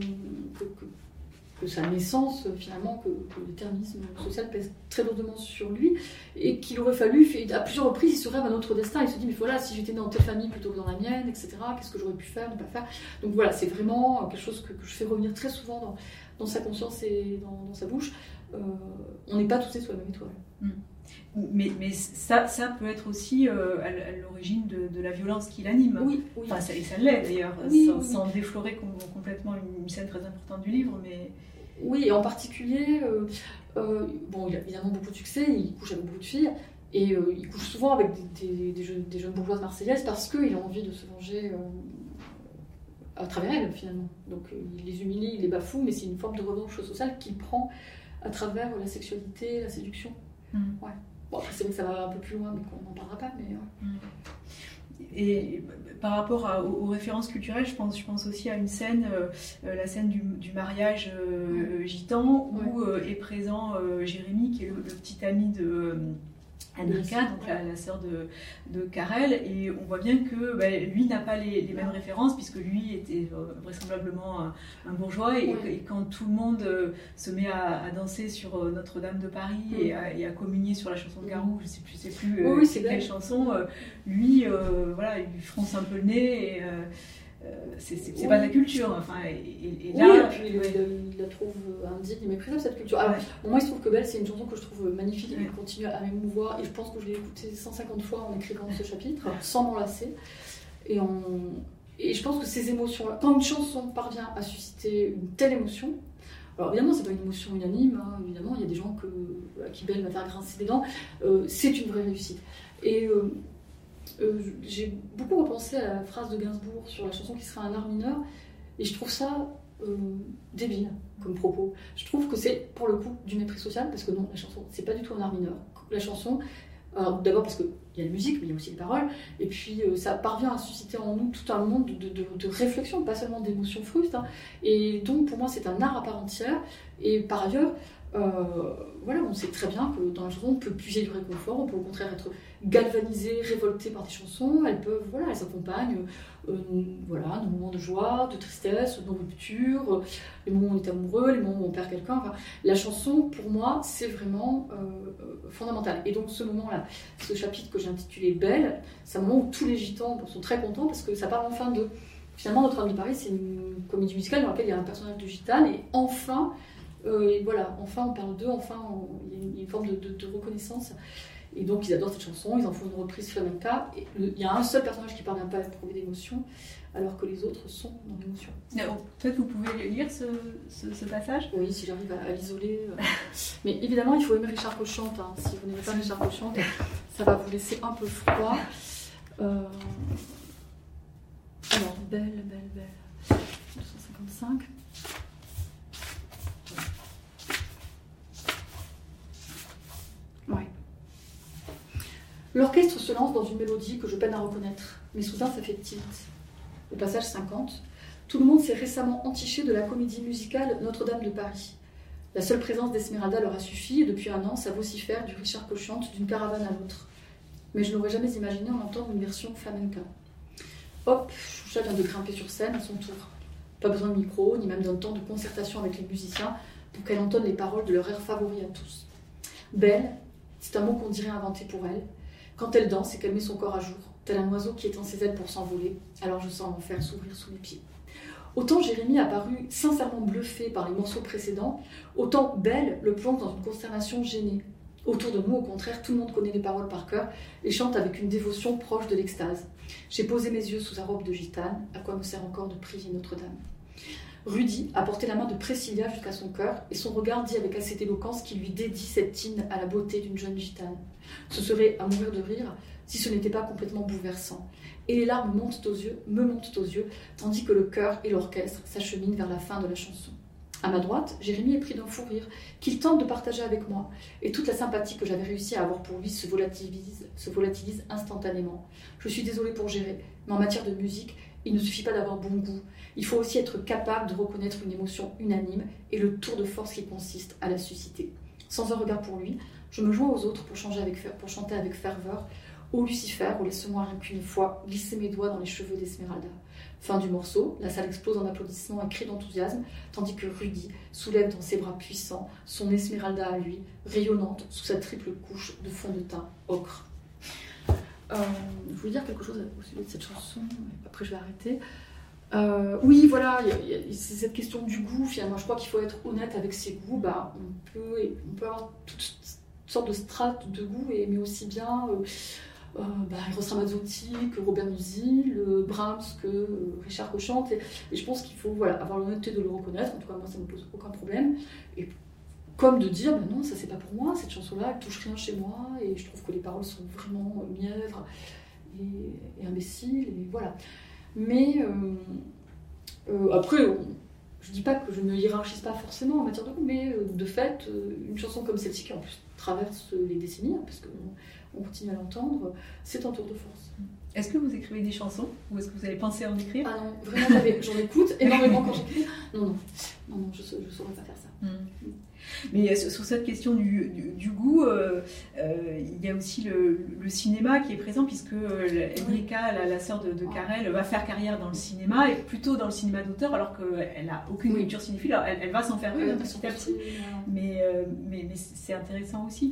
sa naissance, finalement, que le déterminisme social pèse très lourdement sur lui, et qu'il aurait fallu, à plusieurs reprises, il se rêve un autre destin, il se dit, mais voilà, si j'étais né dans telle famille plutôt que dans la mienne, etc., qu'est-ce que j'aurais pu faire, ne pas faire. Donc voilà, c'est vraiment quelque chose que je fais revenir très souvent dans sa conscience et dans sa bouche. On n'est pas tous sous la même étoile. Mais ça peut être aussi à l'origine de la violence qui l'anime. Oui. Enfin, et ça l'est d'ailleurs, oui. Sans déflorer complètement une scène très importante du livre. Mais... Oui, et en particulier, il a évidemment beaucoup de succès, il couche avec beaucoup de filles, et il couche souvent avec des jeunes bourgeoises marseillaises parce qu'il a envie de se venger à travers elles, finalement. Donc il les humilie, il les bafoue, mais c'est une forme de revanche sociale qu'il prend à travers la sexualité, la séduction. Ouais. Bon, après, c'est vrai que ça va un peu plus loin, mais qu'on n'en parlera pas. Mais, Et par rapport aux références culturelles, je pense aussi à une scène, la scène du mariage gitan, où est présent Jérémy, qui est le petit ami de Annika, donc la sœur de Carrel, et on voit bien que lui n'a pas les mêmes références, puisque lui était vraisemblablement un bourgeois, et quand tout le monde se met à danser sur Notre-Dame de Paris et à communier sur la chanson de Garou, je sais plus c'est quelle chanson, lui il fronce un peu le nez, et c'est pas sa culture, enfin, et là... Oui, et puis il la trouve indigne et méprisable, cette culture. Alors, moi, il se trouve que Belle, c'est une chanson que je trouve magnifique, et qui continue à m'émouvoir, et je pense que je l'ai écoutée 150 fois en écrivant ce chapitre, sans m'en lasser. Et je pense que ces émotions-là, quand une chanson parvient à susciter une telle émotion, alors évidemment, c'est pas une émotion unanime, évidemment, il y a des gens à qui Belle va faire grincer des dents, c'est une vraie réussite. Et... j'ai beaucoup repensé à la phrase de Gainsbourg sur la chanson qui sera un art mineur, et je trouve ça débile comme propos. Je trouve que c'est pour le coup du mépris social, parce que non, la chanson c'est pas du tout un art mineur. La chanson, d'abord parce qu'il y a la musique, mais il y a aussi les paroles, et puis ça parvient à susciter en nous tout un monde de réflexion, pas seulement d'émotions frustes, et donc pour moi c'est un art à part entière. Et par ailleurs, on sait très bien que dans la chanson on peut puiser du réconfort, on peut au contraire être galvanisé, révolté par des chansons, elles accompagnent nos moments de joie, de tristesse, de rupture, les moments où on est amoureux, les moments où on perd quelqu'un. Enfin, la chanson, pour moi, c'est vraiment fondamental. Et donc ce moment-là, ce chapitre que j'ai intitulé Belle, c'est un moment où tous les gitans sont très contents, parce que ça parle enfin finalement, Notre-Dame de Paris, c'est une comédie musicale dans laquelle il y a un personnage de gitane, et enfin, enfin on parle d'eux, il y a une forme de reconnaissance. Et donc ils adorent cette chanson, ils en font une reprise flamenca, et il y a un seul personnage qui ne parvient pas à éprouver d'émotion, alors que les autres sont dans l'émotion. Peut-être vous pouvez lire ce passage ? Oui, si j'arrive à l'isoler. Mais évidemment, il faut aimer Richard Cochante. Hein. Si vous n'aimez pas Richard Cochante, ça va vous laisser un peu froid. Alors, belle. 255. Ouais. L'orchestre se lance dans une mélodie que je peine à reconnaître. Mais soudain, ça fait tilt. Au passage 50, tout le monde s'est récemment entiché de la comédie musicale Notre-Dame de Paris. La seule présence d'Esmeralda leur a suffi, et depuis un an, ça vocifère du Richard Cochante d'une caravane à l'autre. Mais je n'aurais jamais imaginé en entendre une version flamenca. Hop, Choucha vient de grimper sur scène à son tour. Pas besoin de micro, ni même d'un temps de concertation avec les musiciens pour qu'elle entonne les paroles de leur air favori à tous. Belle, c'est un mot qu'on dirait inventé pour elle. Quand elle danse et qu'elle met son corps à jour, tel un oiseau qui étend ses ailes pour s'envoler, alors je sens l'enfer s'ouvrir sous mes pieds. Autant Jérémie a paru sincèrement bluffé par les morceaux précédents, autant Belle le plonge dans une consternation gênée. Autour de nous, au contraire, tout le monde connaît les paroles par cœur et chante avec une dévotion proche de l'extase. J'ai posé mes yeux sous sa robe de gitane, à quoi me sert encore de prier Notre-Dame. Rudy a porté la main de Priscilla jusqu'à son cœur et son regard dit avec assez d'éloquence qu'il lui dédie cette hymne à la beauté d'une jeune gitane. Ce serait à mourir de rire si ce n'était pas complètement bouleversant. Et les larmes me montent aux yeux, tandis que le chœur et l'orchestre s'acheminent vers la fin de la chanson. À ma droite, Jérémie est pris d'un fou rire qu'il tente de partager avec moi, et toute la sympathie que j'avais réussi à avoir pour lui se volatilise instantanément. Je suis désolée pour gérer, mais en matière de musique, il ne suffit pas d'avoir bon goût. Il faut aussi être capable de reconnaître une émotion unanime et le tour de force qui consiste à la susciter. Sans un regard pour lui, je me joins aux autres pour chanter avec ferveur. Ô Lucifer, laisse-moi rien qu'une fois glisser mes doigts dans les cheveux d'Esmeralda. Fin du morceau, la salle explose en applaudissements et cris d'enthousiasme, tandis que Rudy soulève dans ses bras puissants son Esmeralda à lui, rayonnante sous sa triple couche de fond de teint ocre. Je voulais dire quelque chose au sujet de cette chanson, après je vais arrêter. Oui, voilà, c'est cette question du goût, finalement. Je crois qu'il faut être honnête avec ses goûts. On peut avoir toutes sortes de strates de goût, mais aussi bien Eros Ramazzotti que Robert Musil, Brahms que Richard Cochante. Et je pense qu'il faut avoir l'honnêteté de le reconnaître. En tout cas, moi, ça ne me pose aucun problème. Et comme de dire, non, ça c'est pas pour moi, cette chanson-là, elle touche rien chez moi, et je trouve que les paroles sont vraiment mièvres et imbéciles, et voilà. Mais après, je dis pas que je ne hiérarchise pas forcément en matière de goût, mais de fait, une chanson comme celle-ci, qui en plus traverse les décennies, parce qu'on continue à l'entendre, c'est un tour de force. Est-ce que vous écrivez des chansons, ou est-ce que vous avez pensé à en écrire ? Ah non, vraiment, j'en écoute énormément quand j'écris. Non, je saurais pas faire ça. Mais sur cette question du goût, il y a aussi le cinéma qui est présent, puisque Enrica, la sœur de Karel, va faire carrière dans le cinéma, et plutôt dans le cinéma d'auteur, alors qu'elle n'a aucune culture cinéphile. Alors, elle va s'en faire une petit à petit, mais c'est intéressant aussi.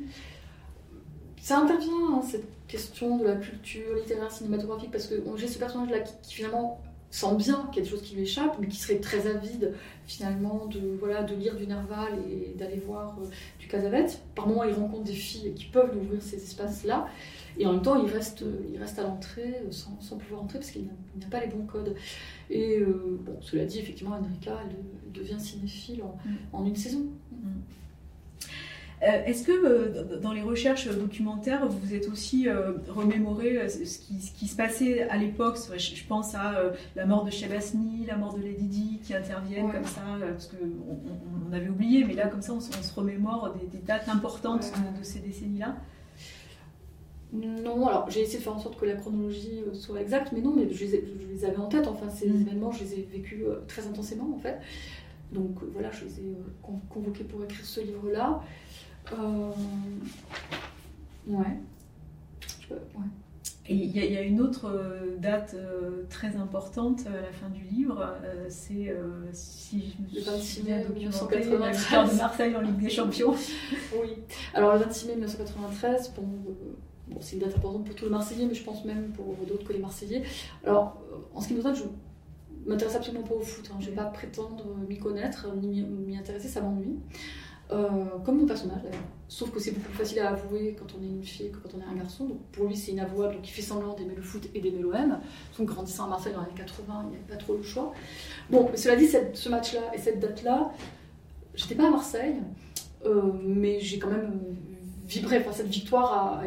Ça intervient, cette question de la culture littéraire, cinématographique, parce que j'ai ce personnage-là qui finalement sent bien qu'il y a des choses qui lui échappent, mais qui serait très avide finalement de lire du Nerval et d'aller voir du Cassavetes. Par moments, il rencontre des filles qui peuvent lui ouvrir ces espaces-là, et en même temps, il reste à l'entrée sans pouvoir entrer parce qu'il n'a pas les bons codes. Et cela dit, effectivement, Enrica, elle devient cinéphile en une saison. Est-ce que dans les recherches documentaires, vous êtes aussi remémoré ce qui se passait à l'époque ? Je pense à la mort de Chabasny, la mort de Lady Di, qui interviennent comme ça, parce qu'on avait oublié, mais là, comme ça, on se remémore des dates importantes de ces décennies-là. Non, alors j'ai essayé de faire en sorte que la chronologie soit exacte, mais non, mais je les avais en tête, enfin ces événements, je les ai vécus très intensément en fait. Donc voilà, je les ai convoqués pour écrire ce livre-là. Et il y a une autre date très importante à la fin du livre, c'est, si je me suis bien documenté, la victoire de Marseille en Ligue des Champions. Oui, alors le 26 mai 1993, c'est une date importante pour tous les Marseillais, mais je pense même pour d'autres que les Marseillais. Alors, en ce qui nous concerne, m'intéresse absolument pas au foot, hein. Je vais pas prétendre m'y connaître, ni m'y intéresser, ça m'ennuie. Comme mon personnage d'ailleurs. Sauf que c'est beaucoup plus facile à avouer quand on est une fille que quand on est un garçon. Donc pour lui c'est inavouable, donc il fait semblant d'aimer le foot et d'aimer l'OM. Donc grandissant à Marseille dans les années 80, il n'y avait pas trop le choix. Bon, mais cela dit, ce match-là et cette date-là, j'étais pas à Marseille, mais j'ai quand même vibré. Enfin, cette victoire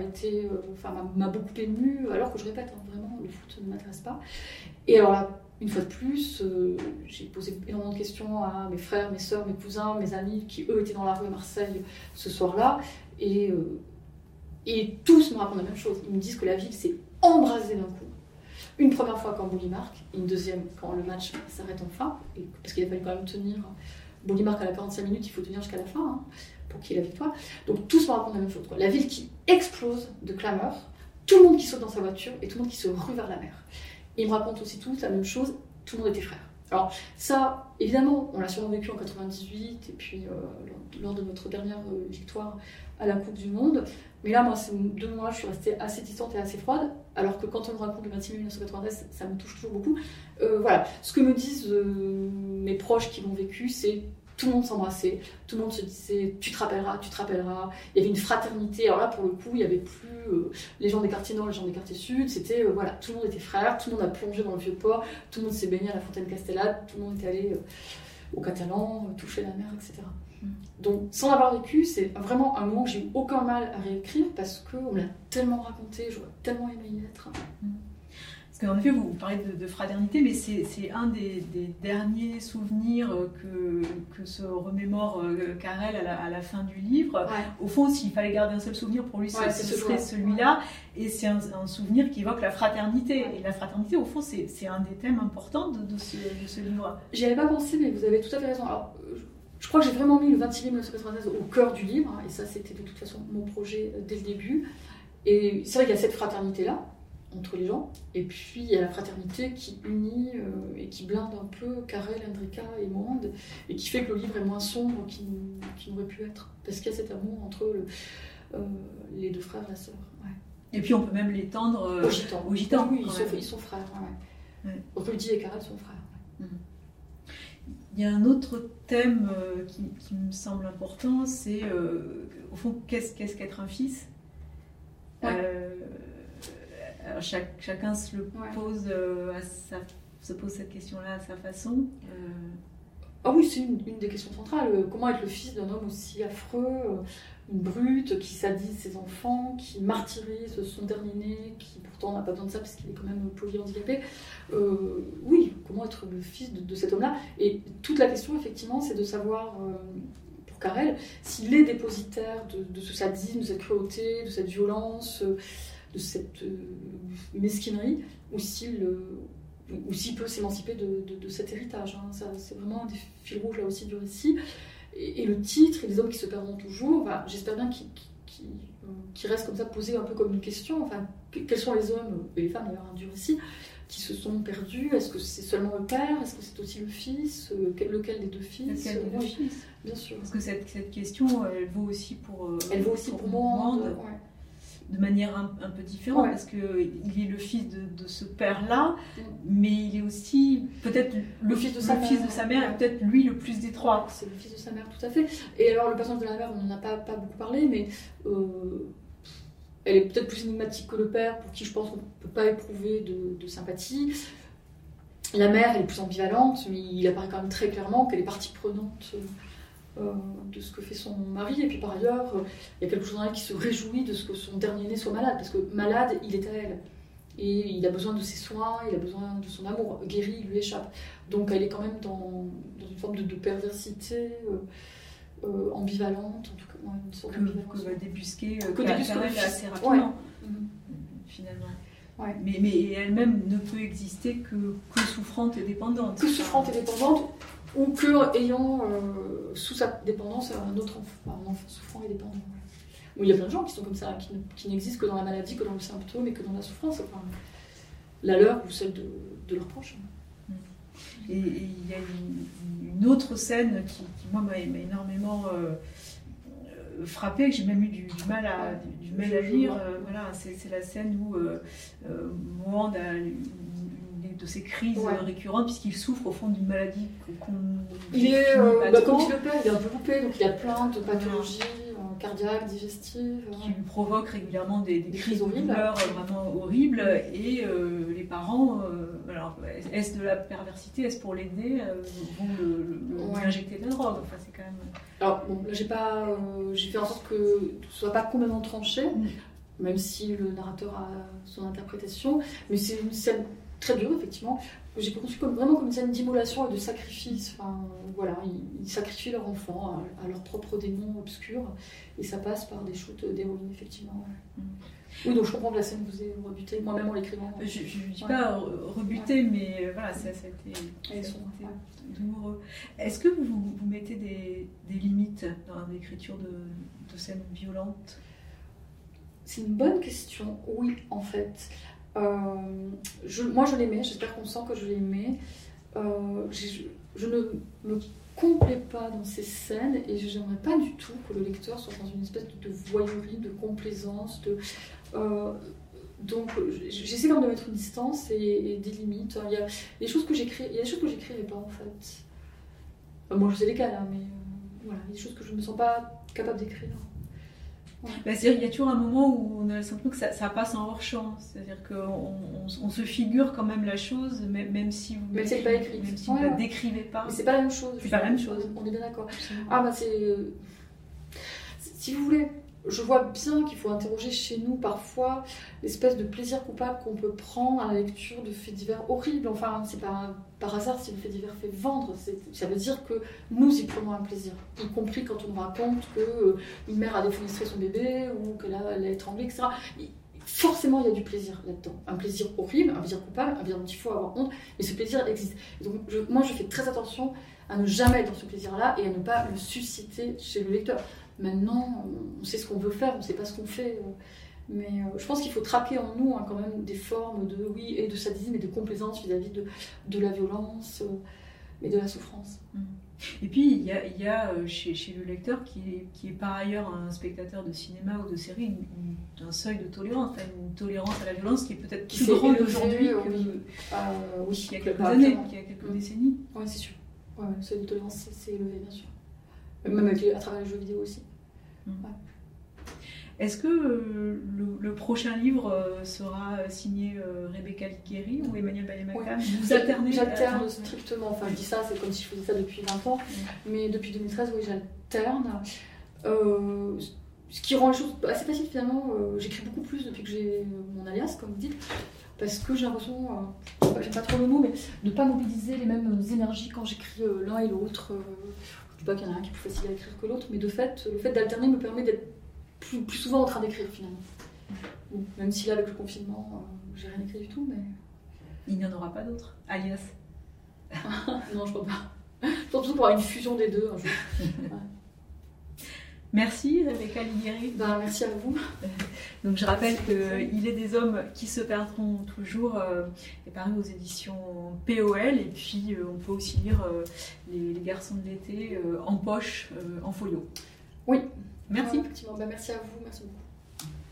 m'a beaucoup émue, alors que je répète, hein, vraiment, le foot ne m'intéresse pas. Et alors là, une fois de plus, j'ai posé énormément de questions à mes frères, mes sœurs, mes cousins, mes amis qui, eux, étaient dans la rue à Marseille ce soir-là. Et tous me racontent la même chose. Ils me disent que la ville s'est embrasée d'un coup. Une première fois quand Bouli marque, et une deuxième quand le match s'arrête enfin, parce qu'il a fallu quand même tenir. Bouli marque à la 45 minutes, il faut tenir jusqu'à la fin hein, pour qu'il y ait la victoire. Donc tous me racontent la même chose, quoi. La ville qui explose de clameurs, tout le monde qui saute dans sa voiture et tout le monde qui se rue vers la mer. Ils me racontent aussi tous la même chose, tout le monde était frère. Alors ça, évidemment, on l'a sûrement vécu en 98 et puis lors de notre dernière victoire à la Coupe du Monde. Mais là, moi, ces 2 mois, je suis restée assez distante et assez froide, alors que quand on me raconte le 26 mai 1993, ça me touche toujours beaucoup. Voilà, ce que me disent mes proches qui l'ont vécu, c'est tout le monde s'embrassait, tout le monde se disait tu te rappelleras, tu te rappelleras. Il y avait une fraternité. Alors là, pour le coup, il n'y avait plus les gens des quartiers nord, les gens des quartiers sud. C'était voilà, tout le monde était frère, tout le monde a plongé dans le vieux port, tout le monde s'est baigné à la fontaine Castellade, tout le monde est allé au Catalan, toucher la mer, etc. Donc, sans l'avoir vécu, c'est vraiment un moment que j'ai eu aucun mal à réécrire parce qu'on me l'a tellement raconté, j'aurais tellement aimé y être. Parce qu'en effet, vous parlez de fraternité, mais c'est un des derniers souvenirs que se remémore Carrel à la fin du livre. Ouais. Au fond, s'il fallait garder un seul souvenir pour lui, ce serait celui-là. Ouais. Et c'est un souvenir qui évoque la fraternité. Ouais. Et la fraternité, au fond, c'est un des thèmes importants de ce livre. J'y avais pas pensé, mais vous avez tout à fait raison. Alors, je crois que j'ai vraiment mis le 26 mai 1993 au cœur du livre, hein, et ça, c'était de toute façon mon projet dès le début. Et c'est vrai qu'il y a cette fraternité-là, entre les gens, et puis il y a la fraternité qui unit et qui blinde un peu Carrel, Hendrika et Monde, et qui fait que le livre est moins sombre qu'il n'aurait pu être, parce qu'il y a cet amour entre les 2 frères et la sœur. Ouais. Et puis on peut même l'étendre aux gitans. Oui, ils sont frères. Ouais. Ouais. Rudy et Carrel sont frères. Ouais. Il y a un autre thème qui me semble important, c'est au fond, qu'est-ce qu'être un fils ? Ouais. Alors chacun se le pose, se pose cette question-là à sa façon. Ah oui, c'est une des questions centrales. Comment être le fils d'un homme aussi affreux, une brute qui sadise ses enfants, qui martyrise son dernier-né, qui pourtant n'a pas besoin de ça parce qu'il est quand même polyhandicapé. Oui, comment être le fils de cet homme-là ? Et toute la question, effectivement, c'est de savoir, pour Carrel, s'il est dépositaire de ce sadisme, de cette cruauté, de cette violence, de cette mesquinerie, ou s'il peut s'émanciper de cet héritage. Hein. Ça, c'est vraiment un des fils rouges là aussi du récit. Et le titre, et les hommes qui se perdront toujours, j'espère bien qu'il reste comme ça posé un peu comme une question. Enfin, quels sont les hommes, et les femmes d'ailleurs, du récit, qui se sont perdus ? Est-ce que c'est seulement le père ? Est-ce que c'est aussi le fils ? Lequel des 2 fils ? Lequel des 2 fils ? Bien sûr. Parce que cette question, elle vaut aussi pour Monde. Ouais. De manière un peu différente, parce qu'il est le fils de ce père-là, mais il est aussi peut-être le fils de sa mère, et peut-être lui le plus des 3. C'est le fils de sa mère, tout à fait. Et alors le personnage de la mère, on n'en a pas beaucoup parlé, mais elle est peut-être plus énigmatique que le père, pour qui je pense qu'on ne peut pas éprouver de sympathie. La mère, elle est plus ambivalente, mais il apparaît quand même très clairement qu'elle est partie prenante de ce que fait son mari, et puis par ailleurs il y a quelque chose en elle qui se réjouit de ce que son dernier-né soit malade, parce que malade il est à elle, et il a besoin de ses soins, il a besoin de son amour, guéri il lui échappe, donc elle est quand même dans une forme de perversité ambivalente, en tout cas une sorte d'ambivalence que va débusquer Carrel assez rapidement, finalement. Ouais. Mais elle-même ne peut exister que souffrante et dépendante. Que souffrante et dépendante, ou que ayant sous sa dépendance un enfant souffrant et dépendant. Bon, il y a plein de gens qui sont comme ça, qui n'existent que dans la maladie, que dans le symptôme et que dans la souffrance, enfin, la leur ou celle de leurs proches. Et il y a une autre scène qui moi, m'a énormément frappée, que j'ai même eu du mal à lire. Voilà, c'est la scène où Moand a une des de ces crises récurrentes, puisqu'il souffre au fond d'une maladie qu'on il est, comme dit le père, il est un peu coupé, donc il a plein de pathologies cardiaques, digestives. Qui lui provoquent régulièrement des crises de douleur vraiment horribles. Et les parents, alors est-ce de la perversité, est-ce pour l'aider, vont lui injecter de la drogue. Enfin, c'est quand même... Alors bon, là j'ai fait en sorte que ce soit pas complètement tranché, même si le narrateur a son interprétation, mais c'est une scène très dure, effectivement. J'ai conçu vraiment comme une scène d'immolation et de sacrifice. Enfin, voilà, ils sacrifient leur enfant à leurs propres démons obscurs, et ça passe par des shoots d'héroïne, effectivement. Ouais. Oui, donc je comprends que la scène vous ait rebuté, moi-même en l'écrivant. Je ne dis pas rebuté, mais voilà, ça a été douloureux. Est-ce que vous mettez des limites dans l'écriture de scènes violentes ? C'est une bonne question. Oui, en fait. Moi, je l'aimais. J'espère qu'on sent que je l'aimais. Je ne me complais pas dans ces scènes et je n'aimerais pas du tout que le lecteur soit dans une espèce de voyeurie, de complaisance. Donc, j'essaie quand même de mettre une distance et des limites. Il y a des choses que j'écrivais pas, en fait. Moi, je sais lesquelles, hein, mais voilà, il y a des choses que je ne me sens pas capable d'écrire. Ouais. C'est-à-dire qu'il y a toujours un moment où on a le sentiment que ça passe en hors-champ. C'est-à-dire qu'on se figure quand même la chose, même si vous ne la décrivez pas. Mais c'est pas la même chose. C'est pas la même chose. On est bien d'accord. Si vous voulez, je vois bien qu'il faut interroger chez nous parfois l'espèce de plaisir coupable qu'on peut prendre à la lecture de faits divers horribles. Enfin, c'est pas par hasard si le fait divers fait vendre. Ça veut dire que nous y prenons un plaisir, y compris quand on nous raconte qu'une mère a défenestré son bébé ou qu'elle a étranglé, etc. Forcément, il y a du plaisir là-dedans. Un plaisir horrible, un plaisir coupable, un plaisir dont il faut avoir honte, mais ce plaisir existe. Et donc, moi, je fais très attention à ne jamais être dans ce plaisir-là et à ne pas le susciter chez le lecteur. Maintenant, on sait ce qu'on veut faire, on ne sait pas ce qu'on fait. Mais je pense qu'il faut traquer en nous quand même des formes et de sadisme et de complaisance vis-à-vis de la violence, mais de la souffrance. Et puis, il y a chez le lecteur, qui est par ailleurs un spectateur de cinéma ou de série, un seuil de tolérance, une tolérance à la violence qui est peut-être plus grande aujourd'hui qu'il y a quelques années, qu'il y a quelques décennies. Oui, c'est sûr. Ouais, le seuil de tolérance, c'est élevé, bien sûr. Même à travers les jeux vidéo aussi. Ouais. Est-ce que le prochain livre sera signé Rebecca Ligueri ou Emmanuel Bayamakan? Vous alternez? J'alterne strictement. Enfin, je dis ça, c'est comme si je faisais ça depuis 20 ans. Mais depuis 2013, oui, j'alterne. Ce qui rend les choses assez faciles, finalement. J'écris beaucoup plus depuis que j'ai mon alias, comme vous dites. Parce que j'ai l'impression, j'aime pas trop le mot, mais de ne pas mobiliser les mêmes énergies quand j'écris l'un et l'autre. Je ne dis pas qu'il y en a un qui est plus facile à écrire que l'autre, mais le fait d'alterner me permet d'être plus souvent en train d'écrire, finalement. Bon, même si là, avec le confinement, j'ai rien écrit du tout, mais... Il n'y en aura pas d'autres, alias? Non, je crois pas. Je pense plutôt pour avoir une fusion des deux un jour. Ouais. Merci Rebecca Ligueri. Merci à vous. Donc je rappelle que Il est des hommes qui se perdront toujours est paru aux éditions POL, et puis on peut aussi lire les garçons de l'été en poche, en folio. Oui. Merci. Effectivement. Merci à vous, merci beaucoup.